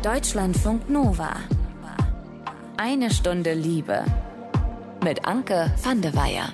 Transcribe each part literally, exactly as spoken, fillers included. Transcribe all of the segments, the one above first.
Deutschlandfunk Nova. Eine Stunde Liebe. Mit Anke van de Weyer.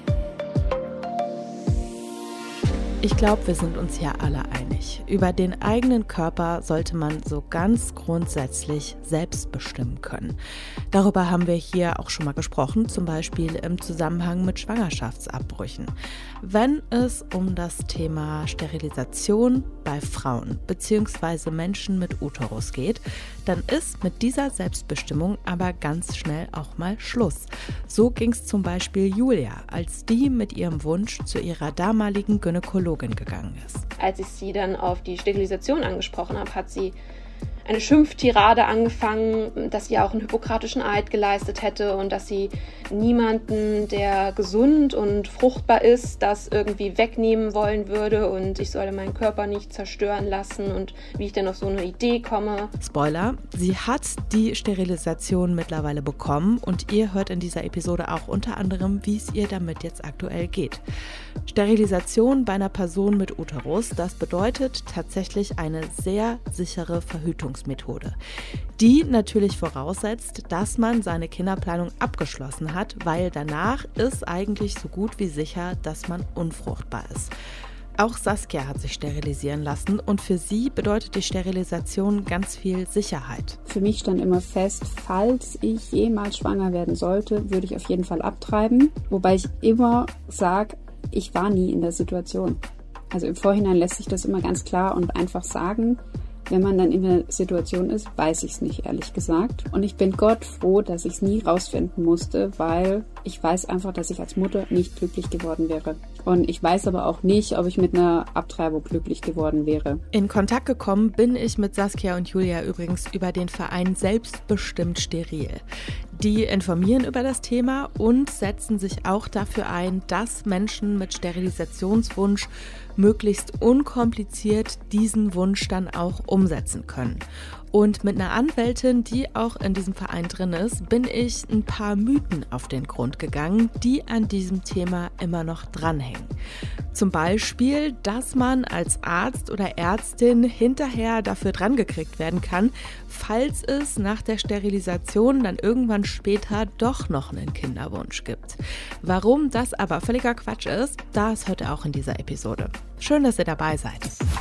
Ich glaube, wir sind uns ja alle einig. Über den eigenen Körper sollte man so ganz grundsätzlich selbst bestimmen können. Darüber haben wir hier auch schon mal gesprochen, zum Beispiel im Zusammenhang mit Schwangerschaftsabbrüchen. Wenn es um das Thema Sterilisation bei Frauen bzw. Menschen mit Uterus geht, dann ist mit dieser Selbstbestimmung aber ganz schnell auch mal Schluss. So ging es zum Beispiel Julia, als die mit ihrem Wunsch zu ihrer damaligen Gynäkologin gegangen ist. Als ich sie dann auf die Sterilisation angesprochen habe, hat sie eine Schimpftirade angefangen, dass sie ja auch einen hippokratischen Eid geleistet hätte und dass sie niemanden, der gesund und fruchtbar ist, das irgendwie wegnehmen wollen würde und ich solle meinen Körper nicht zerstören lassen und wie ich denn auf so eine Idee komme. Spoiler, sie hat die Sterilisation mittlerweile bekommen und ihr hört in dieser Episode auch unter anderem, wie es ihr damit jetzt aktuell geht. Sterilisation bei einer Person mit Uterus, das bedeutet tatsächlich eine sehr sichere Verhütungsmethode, die natürlich voraussetzt, dass man seine Kinderplanung abgeschlossen hat, weil danach ist eigentlich so gut wie sicher, dass man unfruchtbar ist. Auch Saskia hat sich sterilisieren lassen und für sie bedeutet die Sterilisation ganz viel Sicherheit. Für mich stand immer fest, falls ich jemals schwanger werden sollte, würde ich auf jeden Fall abtreiben, wobei ich immer sage, ich war nie in der Situation. Also im Vorhinein lässt sich das immer ganz klar und einfach sagen. Wenn man dann in der Situation ist, weiß ich es nicht, ehrlich gesagt. Und ich bin Gott froh, dass ich es nie rausfinden musste, weil ich weiß einfach, dass ich als Mutter nicht glücklich geworden wäre. Und ich weiß aber auch nicht, ob ich mit einer Abtreibung glücklich geworden wäre. In Kontakt gekommen bin ich mit Saskia und Julia übrigens über den Verein Selbstbestimmt Steril. Die informieren über das Thema und setzen sich auch dafür ein, dass Menschen mit Sterilisationswunsch möglichst unkompliziert diesen Wunsch dann auch umsetzen können. Und mit einer Anwältin, die auch in diesem Verein drin ist, bin ich ein paar Mythen auf den Grund gegangen, die an diesem Thema immer noch dranhängen. Zum Beispiel, dass man als Arzt oder Ärztin hinterher dafür drangekriegt werden kann, falls es nach der Sterilisation dann irgendwann später doch noch einen Kinderwunsch gibt. Warum das aber völliger Quatsch ist, das hört ihr auch in dieser Episode. Schön, dass ihr dabei seid.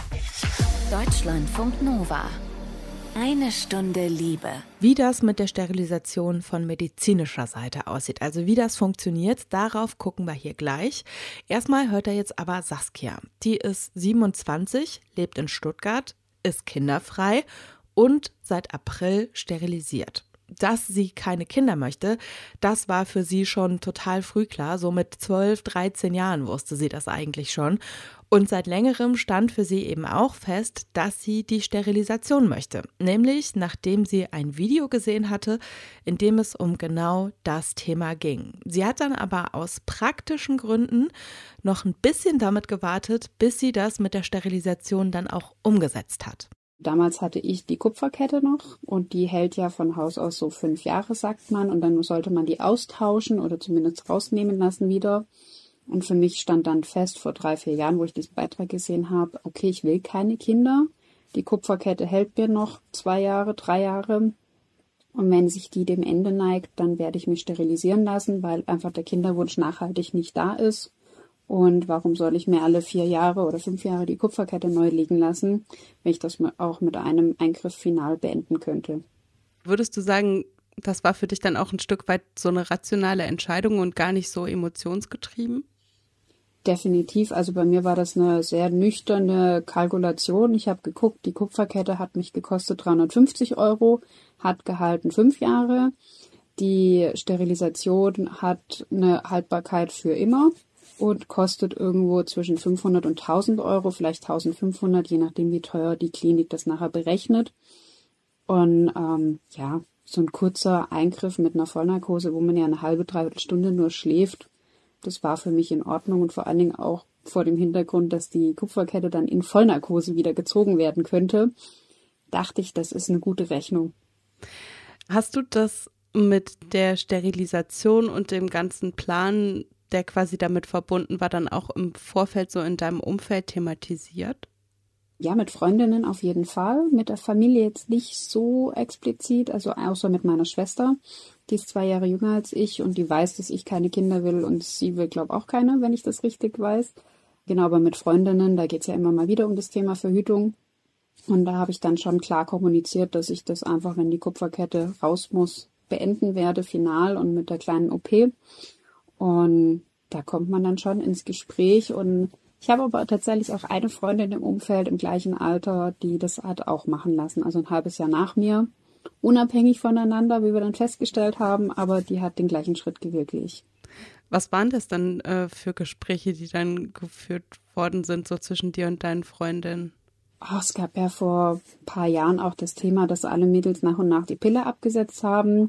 Deutschlandfunk Nova. Eine Stunde Liebe. Wie das mit der Sterilisation von medizinischer Seite aussieht, also wie das funktioniert, darauf gucken wir hier gleich. Erstmal hört er jetzt aber Saskia. Die ist siebenundzwanzig, lebt in Stuttgart, ist kinderfrei und seit April sterilisiert. Dass sie keine Kinder möchte, das war für sie schon total früh klar. So mit zwölf, dreizehn Jahren wusste sie das eigentlich schon. Und seit längerem stand für sie eben auch fest, dass sie die Sterilisation möchte. Nämlich nachdem sie ein Video gesehen hatte, in dem es um genau das Thema ging. Sie hat dann aber aus praktischen Gründen noch ein bisschen damit gewartet, bis sie das mit der Sterilisation dann auch umgesetzt hat. Damals hatte ich die Kupferkette noch und die hält ja von Haus aus so fünf Jahre, sagt man. Und dann sollte man die austauschen oder zumindest rausnehmen lassen wieder. Und für mich stand dann fest vor drei, vier Jahren, wo ich diesen Beitrag gesehen habe, okay, ich will keine Kinder. Die Kupferkette hält mir noch zwei Jahre, drei Jahre. Und wenn sich die dem Ende neigt, dann werde ich mich sterilisieren lassen, weil einfach der Kinderwunsch nachhaltig nicht da ist. Und warum soll ich mir alle vier Jahre oder fünf Jahre die Kupferkette neu legen lassen, wenn ich das auch mit einem Eingriff final beenden könnte? Würdest du sagen, das war für dich dann auch ein Stück weit so eine rationale Entscheidung und gar nicht so emotionsgetrieben? Definitiv. Also bei mir war das eine sehr nüchterne Kalkulation. Ich habe geguckt, die Kupferkette hat mich gekostet dreihundertfünfzig Euro, hat gehalten fünf Jahre. Die Sterilisation hat eine Haltbarkeit für immer und kostet irgendwo zwischen fünfhundert und tausend Euro, vielleicht eintausendfünfhundert, je nachdem, wie teuer die Klinik das nachher berechnet. Und ähm, ja, so ein kurzer Eingriff mit einer Vollnarkose, wo man ja eine halbe, dreiviertel Stunde nur schläft, das war für mich in Ordnung und vor allen Dingen auch vor dem Hintergrund, dass die Kupferkette dann in Vollnarkose wieder gezogen werden könnte, dachte ich, das ist eine gute Rechnung. Hast du das mit der Sterilisation und dem ganzen Plan, der quasi damit verbunden war, dann auch im Vorfeld so in deinem Umfeld thematisiert? Ja, mit Freundinnen auf jeden Fall. Mit der Familie jetzt nicht so explizit, also außer mit meiner Schwester. Die ist zwei Jahre jünger als ich und die weiß, dass ich keine Kinder will und sie will, glaube ich, auch keine, wenn ich das richtig weiß. Genau, aber mit Freundinnen, da geht es ja immer mal wieder um das Thema Verhütung. Und da habe ich dann schon klar kommuniziert, dass ich das einfach, wenn die Kupferkette raus muss, beenden werde, final und mit der kleinen O P. Und da kommt man dann schon ins Gespräch. Und ich habe aber tatsächlich auch eine Freundin im Umfeld im gleichen Alter, die das hat auch machen lassen, also ein halbes Jahr nach mir. Unabhängig voneinander, wie wir dann festgestellt haben, aber die hat den gleichen Schritt gewählt wie ich. Was waren das dann äh, für Gespräche, die dann geführt worden sind, so zwischen dir und deinen Freundinnen? Oh, es gab ja vor ein paar Jahren auch das Thema, dass alle Mädels nach und nach die Pille abgesetzt haben.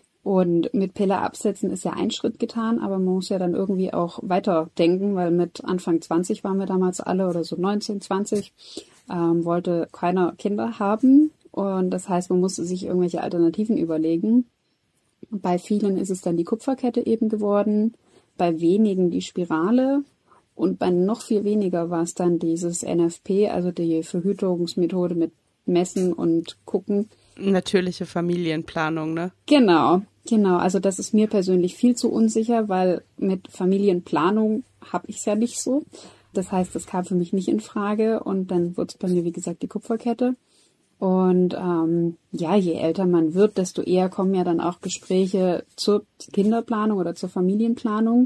Und mit Pille absetzen ist ja ein Schritt getan, aber man muss ja dann irgendwie auch weiterdenken, weil mit Anfang zwanzig waren wir damals alle oder so neunzehn, zwanzig, ähm, wollte keiner Kinder haben. Und das heißt, man musste sich irgendwelche Alternativen überlegen. Bei vielen ist es dann die Kupferkette eben geworden, bei wenigen die Spirale und bei noch viel weniger war es dann dieses N F P, also die Verhütungsmethode mit Messen und Gucken. Natürliche Familienplanung, ne? Genau, genau. Also das ist mir persönlich viel zu unsicher, weil mit Familienplanung habe ich es ja nicht so. Das heißt, das kam für mich nicht in Frage und dann wurde es bei mir, wie gesagt, die Kupferkette. Und ähm, ja, je älter man wird, desto eher kommen ja dann auch Gespräche zur Kinderplanung oder zur Familienplanung.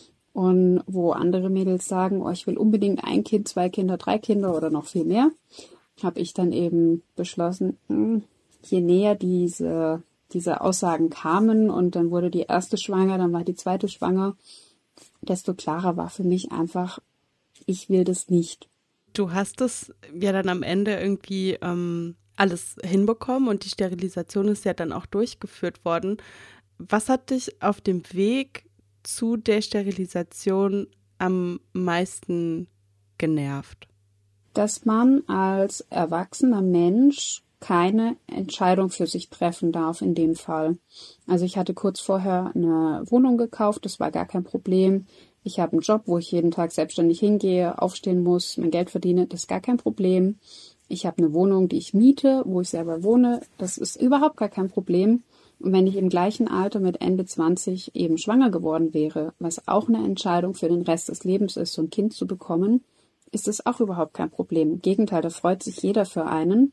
Und wo andere Mädels sagen, oh, ich will unbedingt ein Kind, zwei Kinder, drei Kinder oder noch viel mehr, habe ich dann eben beschlossen, mh, je näher diese, diese Aussagen kamen und dann wurde die erste schwanger, dann war die zweite schwanger, desto klarer war für mich einfach, ich will das nicht. Du hast es ja dann am Ende irgendwie ähm, alles hinbekommen und die Sterilisation ist ja dann auch durchgeführt worden. Was hat dich auf dem Weg zu der Sterilisation am meisten genervt? Dass man als erwachsener Mensch keine Entscheidung für sich treffen darf in dem Fall. Also ich hatte kurz vorher eine Wohnung gekauft, das war gar kein Problem. Ich habe einen Job, wo ich jeden Tag selbstständig hingehe, aufstehen muss, mein Geld verdiene, das ist gar kein Problem. Ich habe eine Wohnung, die ich miete, wo ich selber wohne, das ist überhaupt gar kein Problem. Und wenn ich im gleichen Alter mit Ende zwanzig eben schwanger geworden wäre, was auch eine Entscheidung für den Rest des Lebens ist, so ein Kind zu bekommen, ist das auch überhaupt kein Problem. Im Gegenteil, da freut sich jeder für einen.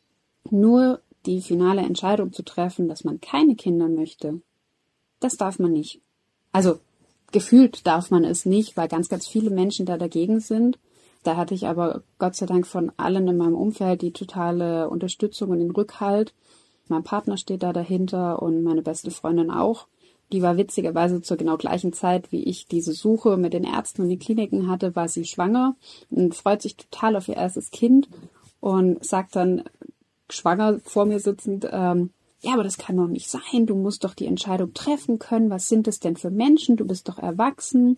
Nur die finale Entscheidung zu treffen, dass man keine Kinder möchte, das darf man nicht. Also gefühlt darf man es nicht, weil ganz, ganz viele Menschen da dagegen sind. Da hatte ich aber Gott sei Dank von allen in meinem Umfeld die totale Unterstützung und den Rückhalt. Mein Partner steht da dahinter und meine beste Freundin auch. Die war witzigerweise zur genau gleichen Zeit, wie ich diese Suche mit den Ärzten und den Kliniken hatte, war sie schwanger und freut sich total auf ihr erstes Kind und sagt dann, schwanger vor mir sitzend, ähm, ja, aber das kann doch nicht sein, du musst doch die Entscheidung treffen können, was sind es denn für Menschen, du bist doch erwachsen.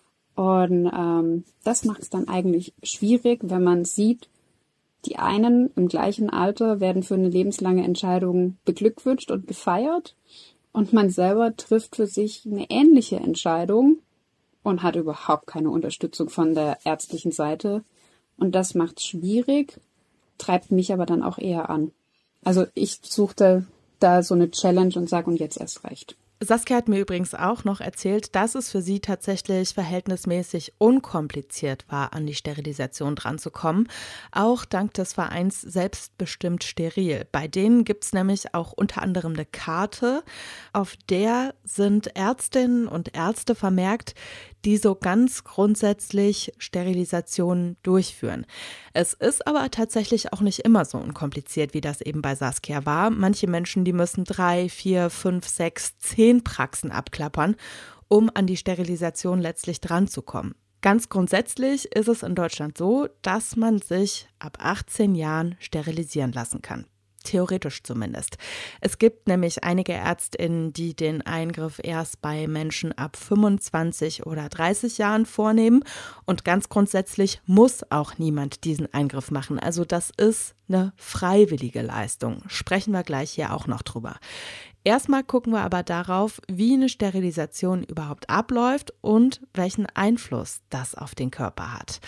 Und ähm, das macht es dann eigentlich schwierig, wenn man sieht, die einen im gleichen Alter werden für eine lebenslange Entscheidung beglückwünscht und gefeiert und man selber trifft für sich eine ähnliche Entscheidung und hat überhaupt keine Unterstützung von der ärztlichen Seite. Und das macht es schwierig, treibt mich aber dann auch eher an. Also ich suchte da so eine Challenge und sage, und jetzt erst recht. Saskia hat mir übrigens auch noch erzählt, dass es für sie tatsächlich verhältnismäßig unkompliziert war, an die Sterilisation dranzukommen. Auch dank des Vereins Selbstbestimmt Steril. Bei denen gibt es nämlich auch unter anderem eine Karte, auf der sind Ärztinnen und Ärzte vermerkt, die so ganz grundsätzlich Sterilisationen durchführen. Es ist aber tatsächlich auch nicht immer so unkompliziert, wie das eben bei Saskia war. Manche Menschen, die müssen drei, vier, fünf, sechs, zehn Praxen abklappern, um an die Sterilisation letztlich dranzukommen. Ganz grundsätzlich ist es in Deutschland so, dass man sich ab achtzehn Jahren sterilisieren lassen kann. Theoretisch zumindest. Es gibt nämlich einige ÄrztInnen, die den Eingriff erst bei Menschen ab fünfundzwanzig oder dreißig Jahren vornehmen und ganz grundsätzlich muss auch niemand diesen Eingriff machen. Also das ist eine freiwillige Leistung. Sprechen wir gleich hier auch noch drüber. Erstmal gucken wir aber darauf, wie eine Sterilisation überhaupt abläuft und welchen Einfluss das auf den Körper hat.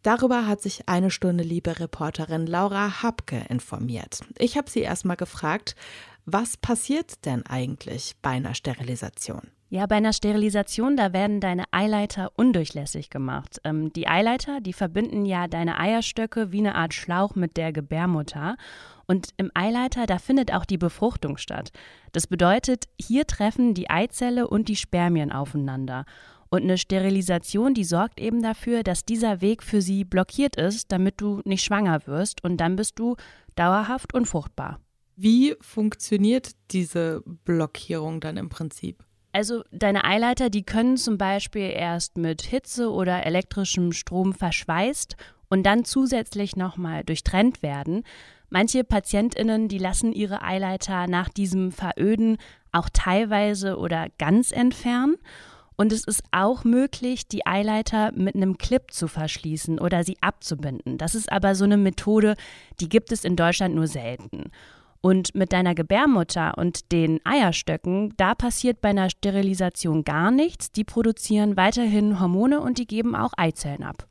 Darüber hat sich eine Stunde Liebe-Reporterin Laura Hapke informiert. Ich habe sie erstmal gefragt, was passiert denn eigentlich bei einer Sterilisation? Ja, bei einer Sterilisation, da werden deine Eileiter undurchlässig gemacht. Ähm, die Eileiter, die verbinden ja deine Eierstöcke wie eine Art Schlauch mit der Gebärmutter. Und im Eileiter, da findet auch die Befruchtung statt. Das bedeutet, hier treffen die Eizelle und die Spermien aufeinander. Und eine Sterilisation, die sorgt eben dafür, dass dieser Weg für sie blockiert ist, damit du nicht schwanger wirst. Und dann bist du dauerhaft unfruchtbar. Wie funktioniert diese Blockierung dann im Prinzip? Also deine Eileiter, die können zum Beispiel erst mit Hitze oder elektrischem Strom verschweißt und dann zusätzlich nochmal durchtrennt werden. Manche PatientInnen, die lassen ihre Eileiter nach diesem Veröden auch teilweise oder ganz entfernen. Und es ist auch möglich, die Eileiter mit einem Clip zu verschließen oder sie abzubinden. Das ist aber so eine Methode, die gibt es in Deutschland nur selten. Und mit deiner Gebärmutter und den Eierstöcken, da passiert bei einer Sterilisation gar nichts. Die produzieren weiterhin Hormone und die geben auch Eizellen ab.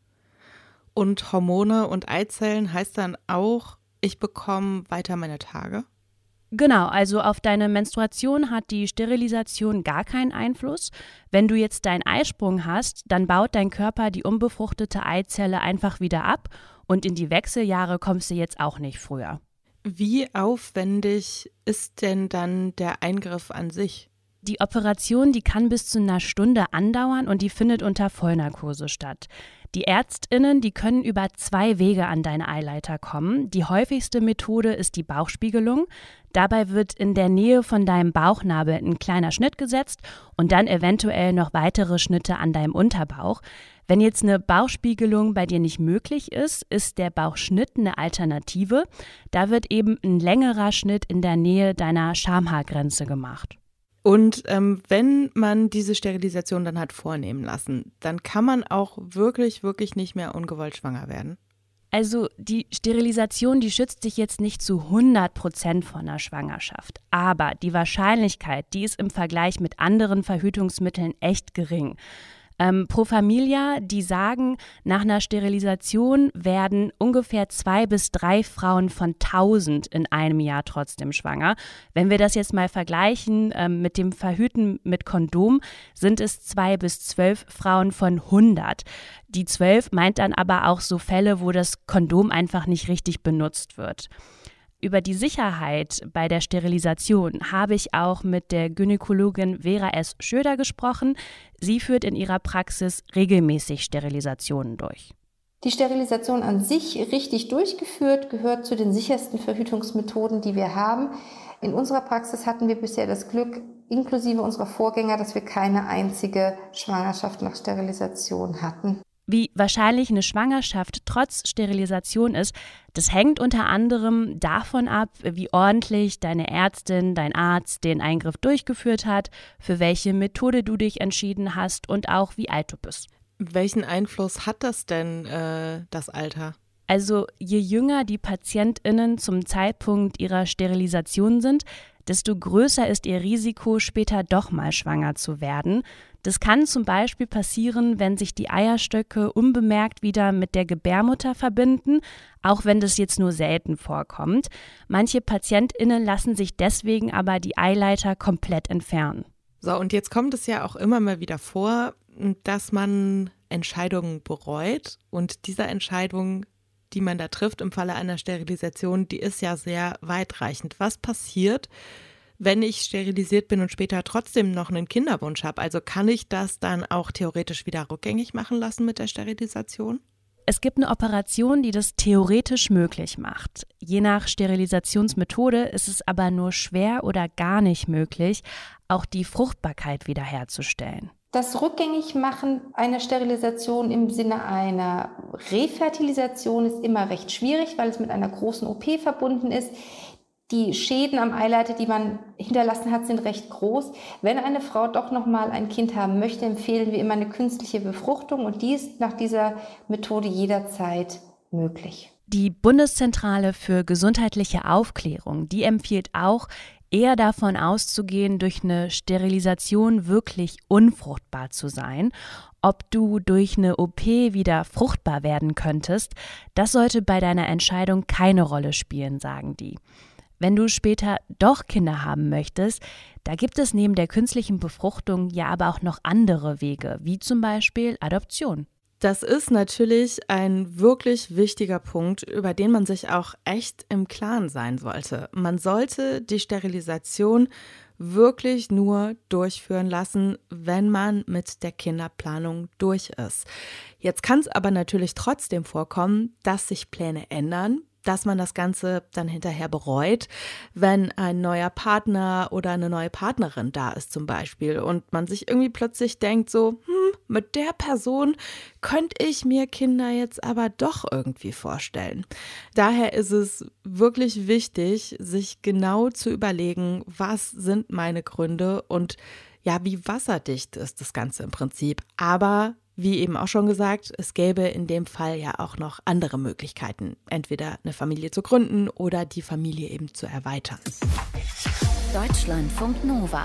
Und Hormone und Eizellen heißt dann auch, ich bekomme weiter meine Tage? Genau, also auf deine Menstruation hat die Sterilisation gar keinen Einfluss. Wenn du jetzt deinen Eisprung hast, dann baut dein Körper die unbefruchtete Eizelle einfach wieder ab und in die Wechseljahre kommst du jetzt auch nicht früher. Wie aufwendig ist denn dann der Eingriff an sich? Die Operation, die kann bis zu einer Stunde andauern und die findet unter Vollnarkose statt. Die ÄrztInnen, die können über zwei Wege an deine Eileiter kommen. Die häufigste Methode ist die Bauchspiegelung. Dabei wird in der Nähe von deinem Bauchnabel ein kleiner Schnitt gesetzt und dann eventuell noch weitere Schnitte an deinem Unterbauch. Wenn jetzt eine Bauchspiegelung bei dir nicht möglich ist, ist der Bauchschnitt eine Alternative. Da wird eben ein längerer Schnitt in der Nähe deiner Schamhaargrenze gemacht. Und ähm, wenn man diese Sterilisation dann hat vornehmen lassen, dann kann man auch wirklich, wirklich nicht mehr ungewollt schwanger werden? Also die Sterilisation, die schützt dich jetzt nicht zu hundert Prozent vor einer Schwangerschaft. Aber die Wahrscheinlichkeit, die ist im Vergleich mit anderen Verhütungsmitteln echt gering. Ähm, Pro Familia, die sagen, nach einer Sterilisation werden ungefähr zwei bis drei Frauen von tausend in einem Jahr trotzdem schwanger. Wenn wir das jetzt mal vergleichen ähm, mit dem Verhüten mit Kondom, sind es zwei bis zwölf Frauen von hundert. Die zwölf meint dann aber auch so Fälle, wo das Kondom einfach nicht richtig benutzt wird. Über die Sicherheit bei der Sterilisation habe ich auch mit der Gynäkologin Vera S. Schöder gesprochen. Sie führt in ihrer Praxis regelmäßig Sterilisationen durch. Die Sterilisation an sich richtig durchgeführt gehört zu den sichersten Verhütungsmethoden, die wir haben. In unserer Praxis hatten wir bisher das Glück, inklusive unserer Vorgänger, dass wir keine einzige Schwangerschaft nach Sterilisation hatten. Wie wahrscheinlich eine Schwangerschaft trotz Sterilisation ist, das hängt unter anderem davon ab, wie ordentlich deine Ärztin, dein Arzt den Eingriff durchgeführt hat, für welche Methode du dich entschieden hast und auch wie alt du bist. Welchen Einfluss hat das denn, äh, das Alter? Also je jünger die PatientInnen zum Zeitpunkt ihrer Sterilisation sind, desto größer ist ihr Risiko, später doch mal schwanger zu werden. Das kann zum Beispiel passieren, wenn sich die Eierstöcke unbemerkt wieder mit der Gebärmutter verbinden, auch wenn das jetzt nur selten vorkommt. Manche PatientInnen lassen sich deswegen aber die Eileiter komplett entfernen. So, und jetzt kommt es ja auch immer mal wieder vor, dass man Entscheidungen bereut. Und diese Entscheidung, die man da trifft im Falle einer Sterilisation, die ist ja sehr weitreichend. Was passiert, wenn ich sterilisiert bin und später trotzdem noch einen Kinderwunsch habe? Also kann ich das dann auch theoretisch wieder rückgängig machen lassen mit der Sterilisation? Es gibt eine Operation, die das theoretisch möglich macht. Je nach Sterilisationsmethode ist es aber nur schwer oder gar nicht möglich, auch die Fruchtbarkeit wiederherzustellen. Das Rückgängigmachen einer Sterilisation im Sinne einer Refertilisation ist immer recht schwierig, weil es mit einer großen O P verbunden ist. Die Schäden am Eileiter, die man hinterlassen hat, sind recht groß. Wenn eine Frau doch noch mal ein Kind haben möchte, empfehlen wir immer eine künstliche Befruchtung und die ist nach dieser Methode jederzeit möglich. Die Bundeszentrale für gesundheitliche Aufklärung, die empfiehlt auch, eher davon auszugehen, durch eine Sterilisation wirklich unfruchtbar zu sein. Ob du durch eine O P wieder fruchtbar werden könntest, das sollte bei deiner Entscheidung keine Rolle spielen, sagen die. Wenn du später doch Kinder haben möchtest, da gibt es neben der künstlichen Befruchtung ja aber auch noch andere Wege, wie zum Beispiel Adoption. Das ist natürlich ein wirklich wichtiger Punkt, über den man sich auch echt im Klaren sein sollte. Man sollte die Sterilisation wirklich nur durchführen lassen, wenn man mit der Kinderplanung durch ist. Jetzt kann es aber natürlich trotzdem vorkommen, dass sich Pläne ändern, dass man das Ganze dann hinterher bereut, wenn ein neuer Partner oder eine neue Partnerin da ist zum Beispiel und man sich irgendwie plötzlich denkt so, hm, mit der Person könnte ich mir Kinder jetzt aber doch irgendwie vorstellen. Daher ist es wirklich wichtig, sich genau zu überlegen, was sind meine Gründe und ja, wie wasserdicht ist das Ganze im Prinzip. Aber wie eben auch schon gesagt, es gäbe in dem Fall ja auch noch andere Möglichkeiten, entweder eine Familie zu gründen oder die Familie eben zu erweitern. Deutschlandfunk Nova.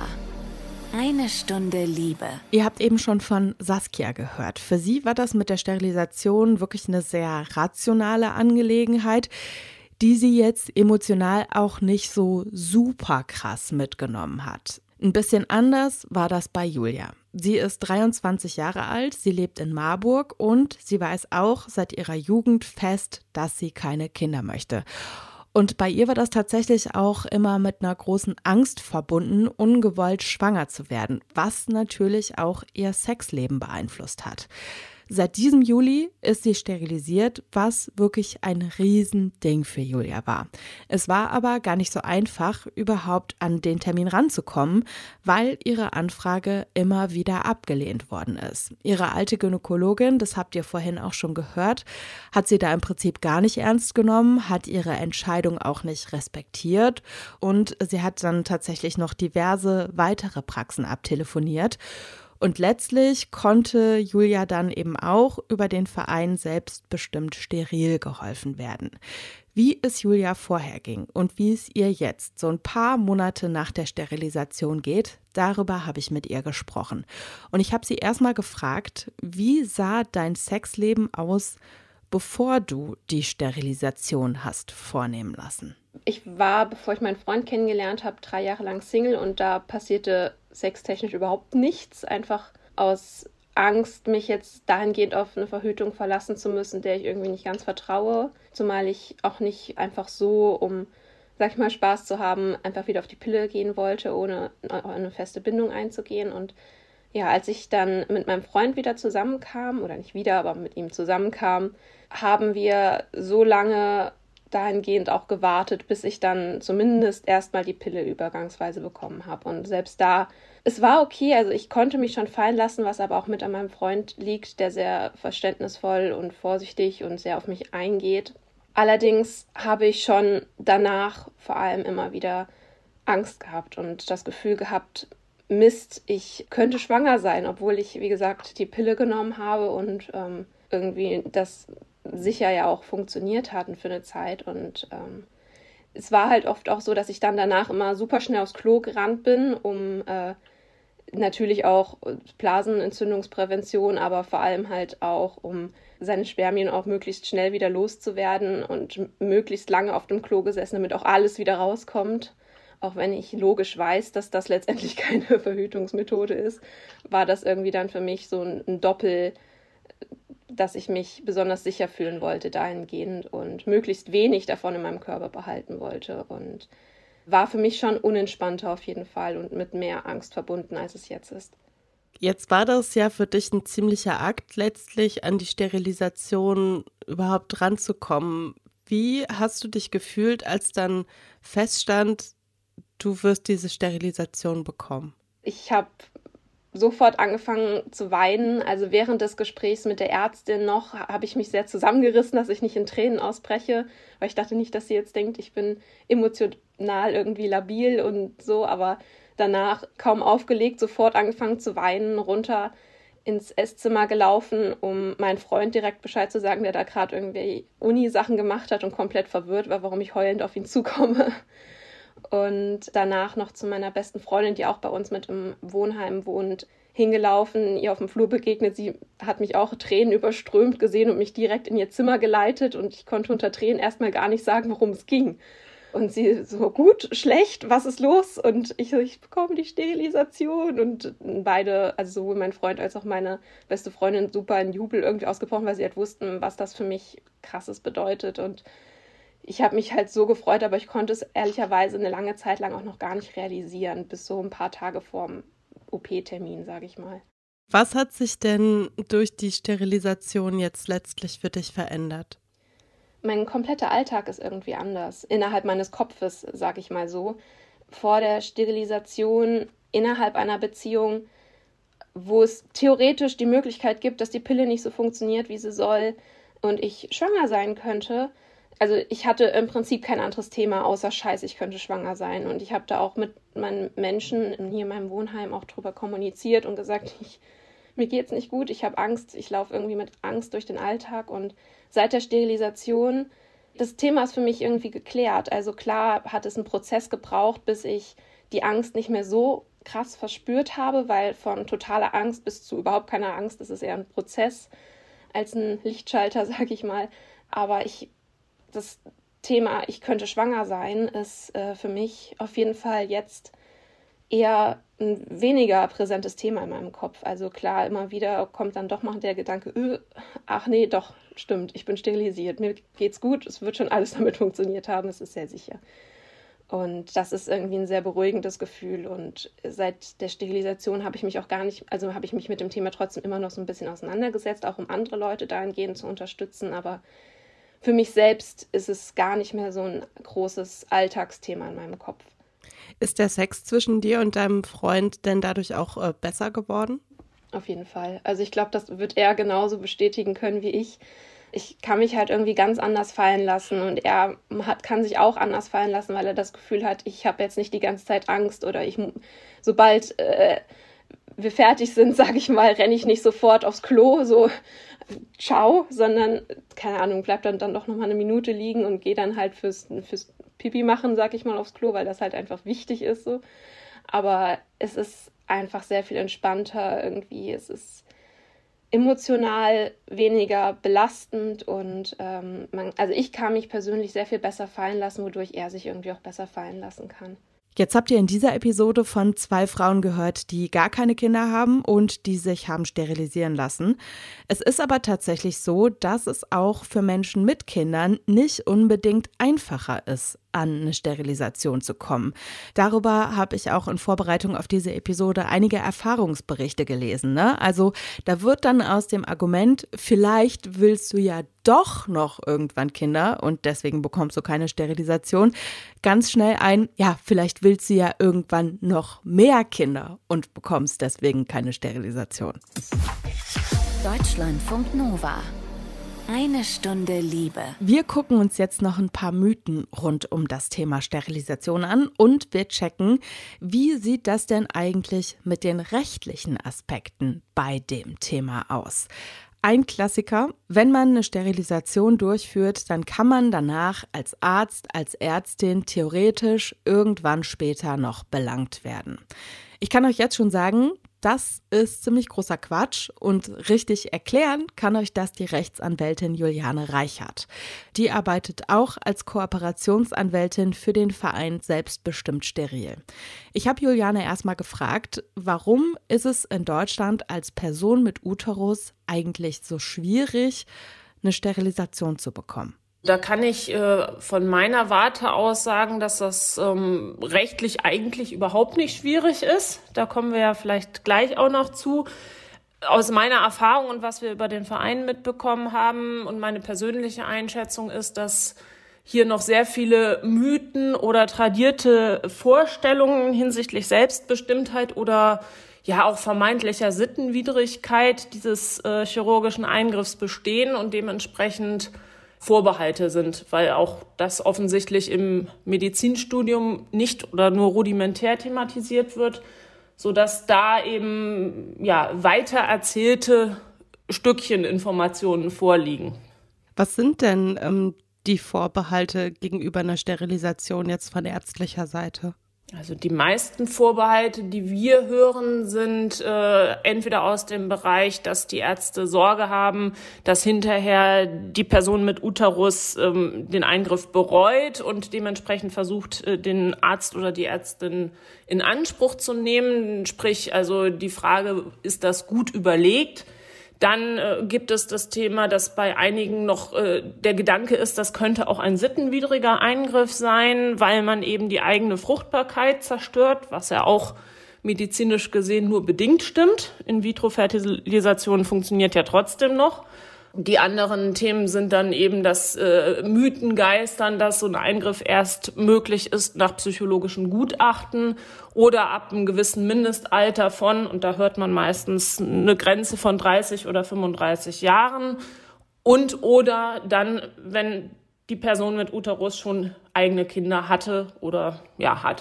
Eine Stunde Liebe. Ihr habt eben schon von Saskia gehört. Für sie war das mit der Sterilisation wirklich eine sehr rationale Angelegenheit, die sie jetzt emotional auch nicht so super krass mitgenommen hat. Ein bisschen anders war das bei Julia. Sie ist dreiundzwanzig Jahre alt, sie lebt in Marburg und sie weiß auch seit ihrer Jugend fest, dass sie keine Kinder möchte. Und bei ihr war das tatsächlich auch immer mit einer großen Angst verbunden, ungewollt schwanger zu werden, was natürlich auch ihr Sexleben beeinflusst hat. Seit diesem Juli ist sie sterilisiert, was wirklich ein Riesending für Julia war. Es war aber gar nicht so einfach, überhaupt an den Termin ranzukommen, weil ihre Anfrage immer wieder abgelehnt worden ist. Ihre alte Gynäkologin, das habt ihr vorhin auch schon gehört, hat sie da im Prinzip gar nicht ernst genommen, hat ihre Entscheidung auch nicht respektiert und sie hat dann tatsächlich noch diverse weitere Praxen abtelefoniert. Und letztlich konnte Julia dann eben auch über den Verein Selbstbestimmt Steril geholfen werden. Wie es Julia vorher ging und wie es ihr jetzt so ein paar Monate nach der Sterilisation geht, darüber habe ich mit ihr gesprochen. Und ich habe sie erstmal gefragt, wie sah dein Sexleben aus, bevor du die Sterilisation hast vornehmen lassen? Ich war, bevor ich meinen Freund kennengelernt habe, drei Jahre lang Single und da passierte sextechnisch überhaupt nichts. Einfach aus Angst, mich jetzt dahingehend auf eine Verhütung verlassen zu müssen, der ich irgendwie nicht ganz vertraue. Zumal ich auch nicht einfach so, um, sag ich mal, Spaß zu haben, einfach wieder auf die Pille gehen wollte, ohne eine feste Bindung einzugehen. Und ja, als ich dann mit meinem Freund wieder zusammenkam, oder nicht wieder, aber mit ihm zusammenkam, haben wir so lange dahingehend auch gewartet, bis ich dann zumindest erstmal die Pille übergangsweise bekommen habe. Und selbst da, es war okay, also ich konnte mich schon fallen lassen, was aber auch mit an meinem Freund liegt, der sehr verständnisvoll und vorsichtig und sehr auf mich eingeht. Allerdings habe ich schon danach vor allem immer wieder Angst gehabt und das Gefühl gehabt, Mist, ich könnte schwanger sein, obwohl ich, wie gesagt, die Pille genommen habe und ähm, irgendwie das sicher ja auch funktioniert hatten für eine Zeit. Und ähm, es war halt oft auch so, dass ich dann danach immer super schnell aufs Klo gerannt bin, um äh, natürlich auch Blasenentzündungsprävention, aber vor allem halt auch, um seine Spermien auch möglichst schnell wieder loszuwerden und möglichst lange auf dem Klo gesessen, damit auch alles wieder rauskommt. Auch wenn ich logisch weiß, dass das letztendlich keine Verhütungsmethode ist, war das irgendwie dann für mich so ein, ein Doppel, dass ich mich besonders sicher fühlen wollte dahingehend und möglichst wenig davon in meinem Körper behalten wollte. Und war für mich schon unentspannter auf jeden Fall und mit mehr Angst verbunden, als es jetzt ist. Jetzt war das ja für dich ein ziemlicher Akt, letztlich an die Sterilisation überhaupt ranzukommen. Wie hast du dich gefühlt, als dann feststand, du wirst diese Sterilisation bekommen? Ich habe sofort angefangen zu weinen. Also während des Gesprächs mit der Ärztin noch habe ich mich sehr zusammengerissen, dass ich nicht in Tränen ausbreche, weil ich dachte nicht, dass sie jetzt denkt, ich bin emotional irgendwie labil und so, aber danach kaum aufgelegt, sofort angefangen zu weinen, runter ins Esszimmer gelaufen, um meinem Freund direkt Bescheid zu sagen, der da gerade irgendwie Uni-Sachen gemacht hat und komplett verwirrt war, warum ich heulend auf ihn zukomme. und danach noch zu meiner besten Freundin, die auch bei uns mit im Wohnheim wohnt, hingelaufen, ihr auf dem Flur begegnet. Sie hat mich auch Tränen überströmt gesehen und mich direkt in ihr Zimmer geleitet und ich konnte unter Tränen erstmal gar nicht sagen, worum es ging. Und sie so, gut, schlecht, was ist los? Und ich so, ich bekomme die Sterilisation. Und beide, also sowohl mein Freund als auch meine beste Freundin, super in Jubel irgendwie ausgebrochen, weil sie halt wussten, was das für mich Krasses bedeutet. Und ich habe mich halt so gefreut, aber ich konnte es ehrlicherweise eine lange Zeit lang auch noch gar nicht realisieren, bis so ein paar Tage vorm O P-Termin, sage ich mal. Was hat sich denn durch die Sterilisation jetzt letztlich für dich verändert? Mein kompletter Alltag ist irgendwie anders, innerhalb meines Kopfes, sag ich mal so. Vor der Sterilisation, innerhalb einer Beziehung, wo es theoretisch die Möglichkeit gibt, dass die Pille nicht so funktioniert, wie sie soll und ich schwanger sein könnte. Also ich hatte im Prinzip kein anderes Thema, außer Scheiße, ich könnte schwanger sein. Und ich habe da auch mit meinen Menschen hier in meinem Wohnheim auch drüber kommuniziert und gesagt, ich mir geht's nicht gut, ich habe Angst, ich laufe irgendwie mit Angst durch den Alltag und seit der Sterilisation, das Thema ist für mich irgendwie geklärt. Also klar hat es einen Prozess gebraucht, bis ich die Angst nicht mehr so krass verspürt habe, weil von totaler Angst bis zu überhaupt keiner Angst, das ist eher ein Prozess als ein Lichtschalter, sag ich mal. Aber ich, das Thema, ich könnte schwanger sein, ist äh, für mich auf jeden Fall jetzt eher ein weniger präsentes Thema in meinem Kopf. Also klar, immer wieder kommt dann doch mal der Gedanke, öh, ach nee, doch, stimmt, ich bin sterilisiert, mir geht's gut, es wird schon alles damit funktioniert haben, es ist sehr sicher. Und das ist irgendwie ein sehr beruhigendes Gefühl und seit der Sterilisation habe ich mich auch gar nicht, also habe ich mich mit dem Thema trotzdem immer noch so ein bisschen auseinandergesetzt, auch um andere Leute dahingehend zu unterstützen, aber für mich selbst ist es gar nicht mehr so ein großes Alltagsthema in meinem Kopf. Ist der Sex zwischen dir und deinem Freund denn dadurch auch äh, besser geworden? Auf jeden Fall. Also ich glaube, das wird er genauso bestätigen können wie ich. Ich kann mich halt irgendwie ganz anders fallen lassen und er hat, kann sich auch anders fallen lassen, weil er das Gefühl hat, ich habe jetzt nicht die ganze Zeit Angst oder ich, sobald äh, wir fertig sind, sage ich mal, renne ich nicht sofort aufs Klo, so ciao, sondern, keine Ahnung, bleib dann, dann doch noch mal eine Minute liegen und gehe dann halt fürs, fürs Pipi machen, sag ich mal, aufs Klo, weil das halt einfach wichtig ist so. Aber es ist einfach sehr viel entspannter irgendwie. Es ist emotional weniger belastend und ähm, man, also ich kann mich persönlich sehr viel besser fallen lassen, wodurch er sich irgendwie auch besser fallen lassen kann. Jetzt habt ihr in dieser Episode von zwei Frauen gehört, die gar keine Kinder haben und die sich haben sterilisieren lassen. Es ist aber tatsächlich so, dass es auch für Menschen mit Kindern nicht unbedingt einfacher ist, an eine Sterilisation zu kommen. Darüber habe ich auch in Vorbereitung auf diese Episode einige Erfahrungsberichte gelesen, ne? Also da wird dann aus dem Argument, vielleicht willst du ja doch noch irgendwann Kinder und deswegen bekommst du keine Sterilisation, ganz schnell ein, ja, vielleicht willst du ja irgendwann noch mehr Kinder und bekommst deswegen keine Sterilisation. Deutschlandfunk Nova. Eine Stunde Liebe. Wir gucken uns jetzt noch ein paar Mythen rund um das Thema Sterilisation an und wir checken, wie sieht das denn eigentlich mit den rechtlichen Aspekten bei dem Thema aus? Ein Klassiker, wenn man eine Sterilisation durchführt, dann kann man danach als Arzt, als Ärztin theoretisch irgendwann später noch belangt werden. Ich kann euch jetzt schon sagen, das ist ziemlich großer Quatsch und richtig erklären kann euch das die Rechtsanwältin Juliane Reichert. Die arbeitet auch als Kooperationsanwältin für den Verein Selbstbestimmt Steril. Ich habe Juliane erstmal gefragt, warum ist es in Deutschland als Person mit Uterus eigentlich so schwierig, eine Sterilisation zu bekommen? Da kann ich äh, von meiner Warte aus sagen, dass das ähm, rechtlich eigentlich überhaupt nicht schwierig ist. Da kommen wir ja vielleicht gleich auch noch zu. Aus meiner Erfahrung und was wir über den Verein mitbekommen haben und meine persönliche Einschätzung ist, dass hier noch sehr viele Mythen oder tradierte Vorstellungen hinsichtlich Selbstbestimmtheit oder ja auch vermeintlicher Sittenwidrigkeit dieses äh, chirurgischen Eingriffs bestehen und dementsprechend Vorbehalte sind, weil auch das offensichtlich im Medizinstudium nicht oder nur rudimentär thematisiert wird, sodass da eben ja weiter erzählte Stückchen Informationen vorliegen. Was sind denn ähm, die Vorbehalte gegenüber einer Sterilisation jetzt von ärztlicher Seite? Also die meisten Vorbehalte, die wir hören, sind äh, entweder aus dem Bereich, dass die Ärzte Sorge haben, dass hinterher die Person mit Uterus ähm, den Eingriff bereut und dementsprechend versucht, äh, den Arzt oder die Ärztin in Anspruch zu nehmen. Sprich, also die Frage, ist das gut überlegt? Dann äh, gibt es das Thema, dass bei einigen noch äh, der Gedanke ist, das könnte auch ein sittenwidriger Eingriff sein, weil man eben die eigene Fruchtbarkeit zerstört, was ja auch medizinisch gesehen nur bedingt stimmt. In-vitro-Fertilisation funktioniert ja trotzdem noch. Die anderen Themen sind dann eben, dass äh, Mythen geistern, dass so ein Eingriff erst möglich ist nach psychologischen Gutachten oder ab einem gewissen Mindestalter von, und da hört man meistens eine Grenze von dreißig oder fünfunddreißig Jahren, und oder dann, wenn die Person mit Uterus schon eigene Kinder hatte oder ja hat.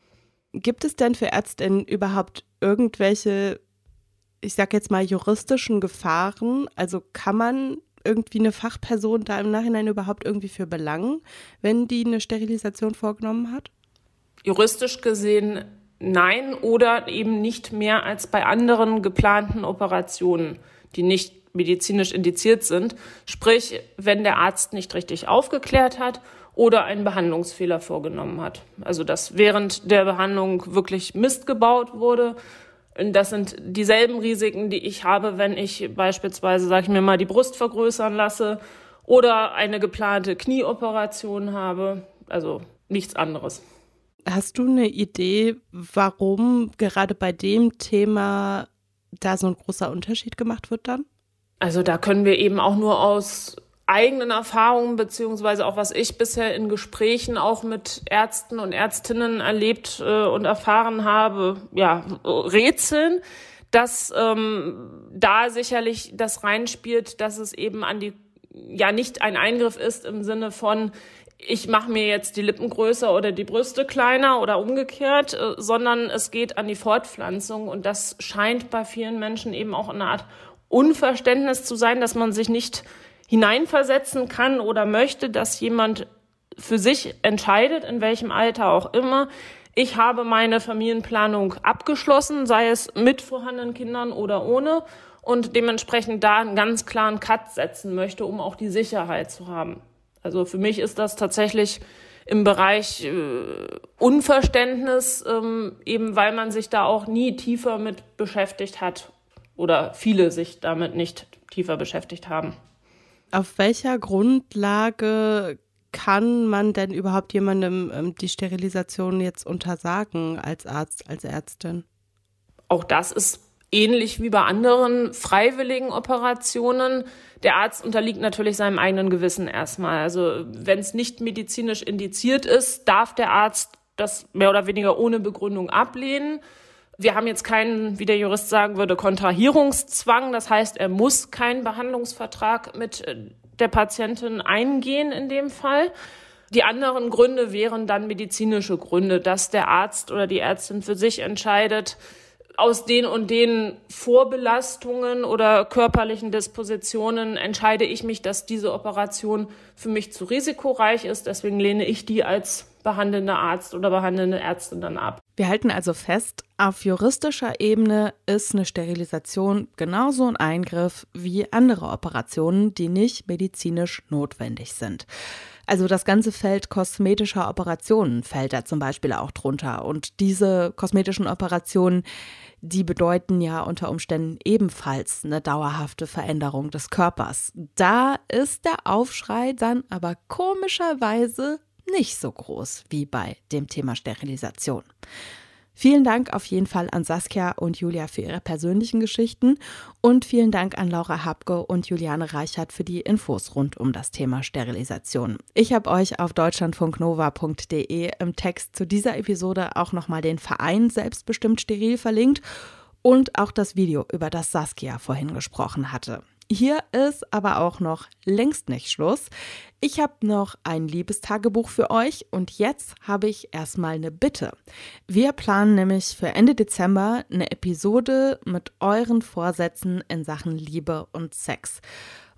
Gibt es denn für ÄrztInnen überhaupt irgendwelche, ich sag jetzt mal, juristischen Gefahren? Also kann man irgendwie eine Fachperson da im Nachhinein überhaupt irgendwie für belangen, wenn die eine Sterilisation vorgenommen hat? Juristisch gesehen nein, oder eben nicht mehr als bei anderen geplanten Operationen, die nicht medizinisch indiziert sind. Sprich, wenn der Arzt nicht richtig aufgeklärt hat oder einen Behandlungsfehler vorgenommen hat. Also dass während der Behandlung wirklich Mist gebaut wurde. Das sind dieselben Risiken, die ich habe, wenn ich beispielsweise, sage ich mir mal, die Brust vergrößern lasse oder eine geplante Knieoperation habe. Also nichts anderes. Hast du eine Idee, warum gerade bei dem Thema da so ein großer Unterschied gemacht wird dann? Also da können wir eben auch nur aus eigenen Erfahrungen, beziehungsweise auch was ich bisher in Gesprächen auch mit Ärzten und Ärztinnen erlebt äh, und erfahren habe, ja, rätseln, dass ähm, da sicherlich das reinspielt, dass es eben an die, ja, nicht ein Eingriff ist im Sinne von, ich mache mir jetzt die Lippen größer oder die Brüste kleiner oder umgekehrt, äh, sondern es geht an die Fortpflanzung, und das scheint bei vielen Menschen eben auch eine Art Unverständnis zu sein, dass man sich nicht hineinversetzen kann oder möchte, dass jemand für sich entscheidet, in welchem Alter auch immer. Ich habe meine Familienplanung abgeschlossen, sei es mit vorhandenen Kindern oder ohne, und dementsprechend da einen ganz klaren Cut setzen möchte, um auch die Sicherheit zu haben. Also für mich ist das tatsächlich im Bereich äh, Unverständnis, ähm, eben weil man sich da auch nie tiefer mit beschäftigt hat oder viele sich damit nicht tiefer beschäftigt haben. Auf welcher Grundlage kann man denn überhaupt jemandem ähm, die Sterilisation jetzt untersagen als Arzt, als Ärztin? Auch das ist ähnlich wie bei anderen freiwilligen Operationen. Der Arzt unterliegt natürlich seinem eigenen Gewissen erstmal. Also wenn es nicht medizinisch indiziert ist, darf der Arzt das mehr oder weniger ohne Begründung ablehnen. Wir haben jetzt keinen, wie der Jurist sagen würde, Kontrahierungszwang. Das heißt, er muss keinen Behandlungsvertrag mit der Patientin eingehen in dem Fall. Die anderen Gründe wären dann medizinische Gründe, dass der Arzt oder die Ärztin für sich entscheidet, aus den und den Vorbelastungen oder körperlichen Dispositionen entscheide ich mich, dass diese Operation für mich zu risikoreich ist. Deswegen lehne ich die als behandelnder Arzt oder behandelnde Ärztin dann ab. Wir halten also fest, auf juristischer Ebene ist eine Sterilisation genauso ein Eingriff wie andere Operationen, die nicht medizinisch notwendig sind. Also das ganze Feld kosmetischer Operationen fällt da zum Beispiel auch drunter. Und diese kosmetischen Operationen, die bedeuten ja unter Umständen ebenfalls eine dauerhafte Veränderung des Körpers. Da ist der Aufschrei dann aber komischerweise nicht so groß wie bei dem Thema Sterilisation. Vielen Dank auf jeden Fall an Saskia und Julia für ihre persönlichen Geschichten und vielen Dank an Laura Habke und Juliane Reichert für die Infos rund um das Thema Sterilisation. Ich habe euch auf deutschlandfunknova punkt de im Text zu dieser Episode auch nochmal den Verein Selbstbestimmt Steril verlinkt und auch das Video, über das Saskia vorhin gesprochen hatte. Hier ist aber auch noch längst nicht Schluss. Ich habe noch ein Liebestagebuch für euch und jetzt habe ich erstmal eine Bitte. Wir planen nämlich für Ende Dezember eine Episode mit euren Vorsätzen in Sachen Liebe und Sex.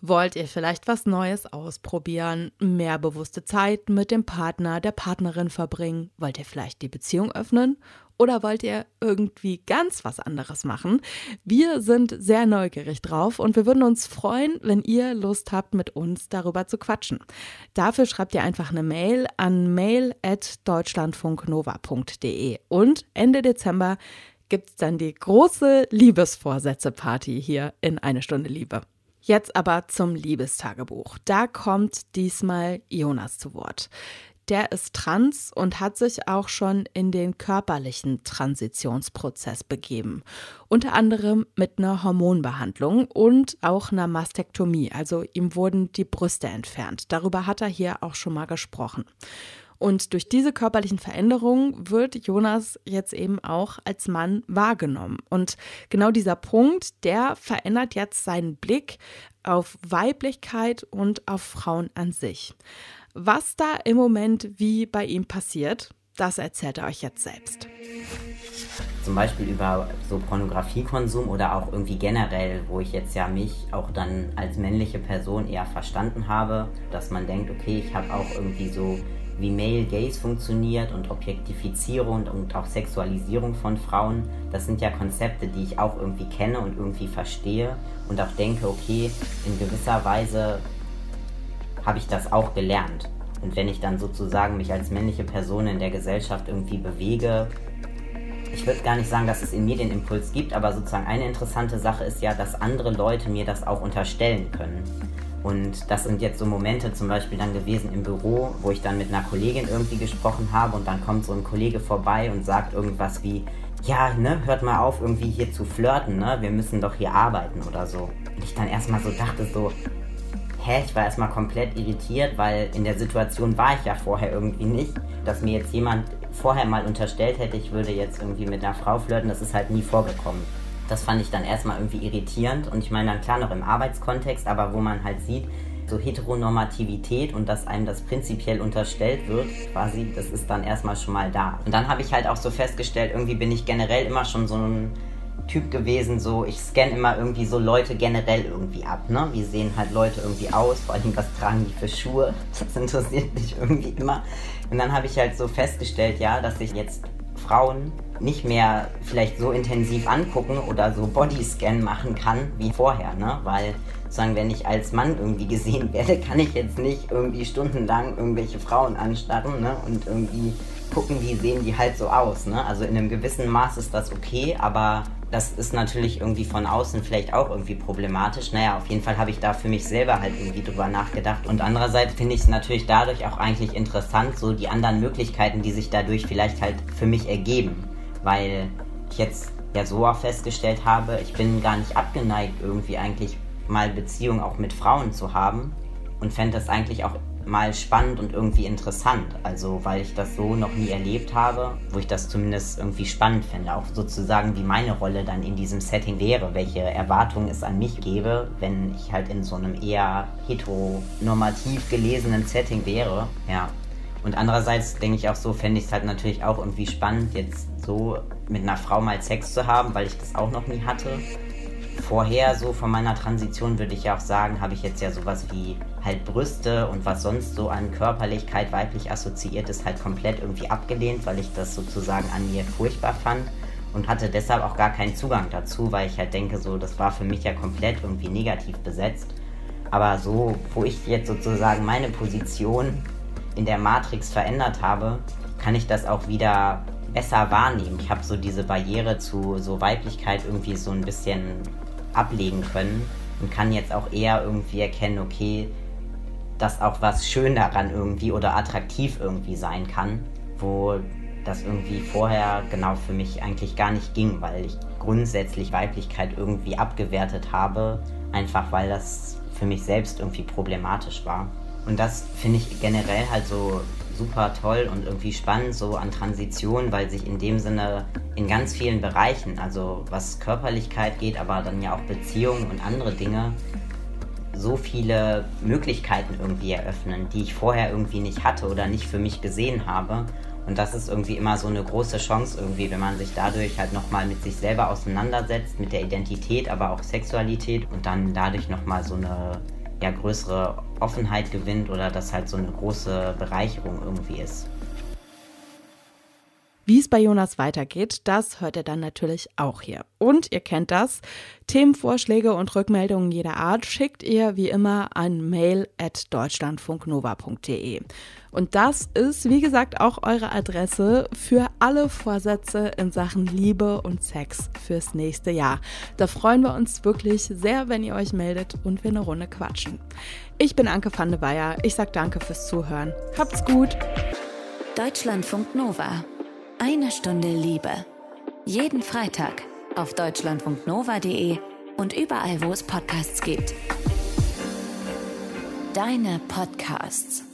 Wollt ihr vielleicht was Neues ausprobieren, mehr bewusste Zeit mit dem Partner, der Partnerin verbringen? Wollt ihr vielleicht die Beziehung öffnen? Oder wollt ihr irgendwie ganz was anderes machen? Wir sind sehr neugierig drauf und wir würden uns freuen, wenn ihr Lust habt, mit uns darüber zu quatschen. Dafür schreibt ihr einfach eine Mail an mail at deutschlandfunknova punkt de und Ende Dezember gibt es dann die große Liebesvorsätze-Party hier in Eine Stunde Liebe. Jetzt aber zum Liebestagebuch. Da kommt diesmal Jonas zu Wort. Der ist trans und hat sich auch schon in den körperlichen Transitionsprozess begeben. Unter anderem mit einer Hormonbehandlung und auch einer Mastektomie. Also ihm wurden die Brüste entfernt. Darüber hat er hier auch schon mal gesprochen. Und durch diese körperlichen Veränderungen wird Jonas jetzt eben auch als Mann wahrgenommen. Und genau dieser Punkt, der verändert jetzt seinen Blick auf Weiblichkeit und auf Frauen an sich. Was da im Moment wie bei ihm passiert, das erzählt er euch jetzt selbst. Zum Beispiel über so Pornografiekonsum oder auch irgendwie generell, wo ich jetzt ja mich auch dann als männliche Person eher verstanden habe, dass man denkt, okay, ich habe auch irgendwie so, wie Male Gaze funktioniert und Objektifizierung und auch Sexualisierung von Frauen. Das sind ja Konzepte, die ich auch irgendwie kenne und irgendwie verstehe und auch denke, okay, in gewisser Weise habe ich das auch gelernt. Und wenn ich dann sozusagen mich als männliche Person in der Gesellschaft irgendwie bewege, ich würde gar nicht sagen, dass es in mir den Impuls gibt, aber sozusagen eine interessante Sache ist ja, dass andere Leute mir das auch unterstellen können. Und das sind jetzt so Momente zum Beispiel dann gewesen im Büro, wo ich dann mit einer Kollegin irgendwie gesprochen habe und dann kommt so ein Kollege vorbei und sagt irgendwas wie, ja, ne, hört mal auf, irgendwie hier zu flirten, ne, wir müssen doch hier arbeiten oder so. Und ich dann erstmal so dachte so, hä, ich war erstmal komplett irritiert, weil in der Situation war ich ja vorher irgendwie nicht. Dass mir jetzt jemand vorher mal unterstellt hätte, ich würde jetzt irgendwie mit einer Frau flirten, das ist halt nie vorgekommen. Das fand ich dann erstmal irgendwie irritierend und ich meine dann klar noch im Arbeitskontext, aber wo man halt sieht, so Heteronormativität und dass einem das prinzipiell unterstellt wird, quasi, das ist dann erstmal schon mal da. Und dann habe ich halt auch so festgestellt, irgendwie bin ich generell immer schon so ein Typ gewesen, so ich scanne immer irgendwie so Leute generell irgendwie ab, ne? Wie sehen halt Leute irgendwie aus, vor allem was tragen die für Schuhe, das interessiert mich irgendwie immer. Und dann habe ich halt so festgestellt, ja, dass ich jetzt Frauen nicht mehr vielleicht so intensiv angucken oder so Bodyscan machen kann wie vorher, ne? Weil sozusagen, wenn ich als Mann irgendwie gesehen werde, kann ich jetzt nicht irgendwie stundenlang irgendwelche Frauen anstarren, ne? Und irgendwie gucken, wie sehen die halt so aus, ne? Also in einem gewissen Maß ist das okay, aber das ist natürlich irgendwie von außen vielleicht auch irgendwie problematisch. Naja, auf jeden Fall habe ich da für mich selber halt irgendwie drüber nachgedacht. Und andererseits finde ich es natürlich dadurch auch eigentlich interessant, so die anderen Möglichkeiten, die sich dadurch vielleicht halt für mich ergeben. Weil ich jetzt ja so auch festgestellt habe, ich bin gar nicht abgeneigt, irgendwie eigentlich mal Beziehungen auch mit Frauen zu haben. Und fände das eigentlich auch mal spannend und irgendwie interessant, also weil ich das so noch nie erlebt habe, wo ich das zumindest irgendwie spannend finde, auch sozusagen wie meine Rolle dann in diesem Setting wäre, welche Erwartungen es an mich gäbe, wenn ich halt in so einem eher heteronormativ gelesenen Setting wäre, ja. Und andererseits denke ich auch so, fände ich es halt natürlich auch irgendwie spannend, jetzt so mit einer Frau mal Sex zu haben, weil ich das auch noch nie hatte. Vorher, so von meiner Transition, würde ich ja auch sagen, habe ich jetzt ja sowas wie halt Brüste und was sonst so an Körperlichkeit weiblich assoziiert ist, halt komplett irgendwie abgelehnt, weil ich das sozusagen an mir furchtbar fand und hatte deshalb auch gar keinen Zugang dazu, weil ich halt denke, so das war für mich ja komplett irgendwie negativ besetzt. Aber so, wo ich jetzt sozusagen meine Position in der Matrix verändert habe, kann ich das auch wieder besser wahrnehmen. Ich habe so diese Barriere zu so Weiblichkeit irgendwie so ein bisschen ablegen können und kann jetzt auch eher irgendwie erkennen, okay, dass auch was schön daran irgendwie oder attraktiv irgendwie sein kann, wo das irgendwie vorher genau für mich eigentlich gar nicht ging, weil ich grundsätzlich Weiblichkeit irgendwie abgewertet habe, einfach weil das für mich selbst irgendwie problematisch war. Und das finde ich generell halt so super toll und irgendwie spannend so an Transition, weil sich in dem Sinne in ganz vielen Bereichen, also was Körperlichkeit geht, aber dann ja auch Beziehungen und andere Dinge, so viele Möglichkeiten irgendwie eröffnen, die ich vorher irgendwie nicht hatte oder nicht für mich gesehen habe. Und das ist irgendwie immer so eine große Chance irgendwie, wenn man sich dadurch halt nochmal mit sich selber auseinandersetzt, mit der Identität, aber auch Sexualität und dann dadurch nochmal so eine ja größere Offenheit gewinnt oder das halt so eine große Bereicherung irgendwie ist. Wie es bei Jonas weitergeht, das hört ihr dann natürlich auch hier. Und ihr kennt das, Themenvorschläge und Rückmeldungen jeder Art schickt ihr wie immer an mail at deutschlandfunknova punkt de. Und das ist, wie gesagt, auch eure Adresse für alle Vorsätze in Sachen Liebe und Sex fürs nächste Jahr. Da freuen wir uns wirklich sehr, wenn ihr euch meldet und wir eine Runde quatschen. Ich bin Anke van de Weyer, ich sag danke fürs Zuhören. Habt's gut! Deutschlandfunk Nova. Eine Stunde Liebe. Jeden Freitag auf deutschlandfunk nova punkt de und überall, wo es Podcasts gibt. Deine Podcasts.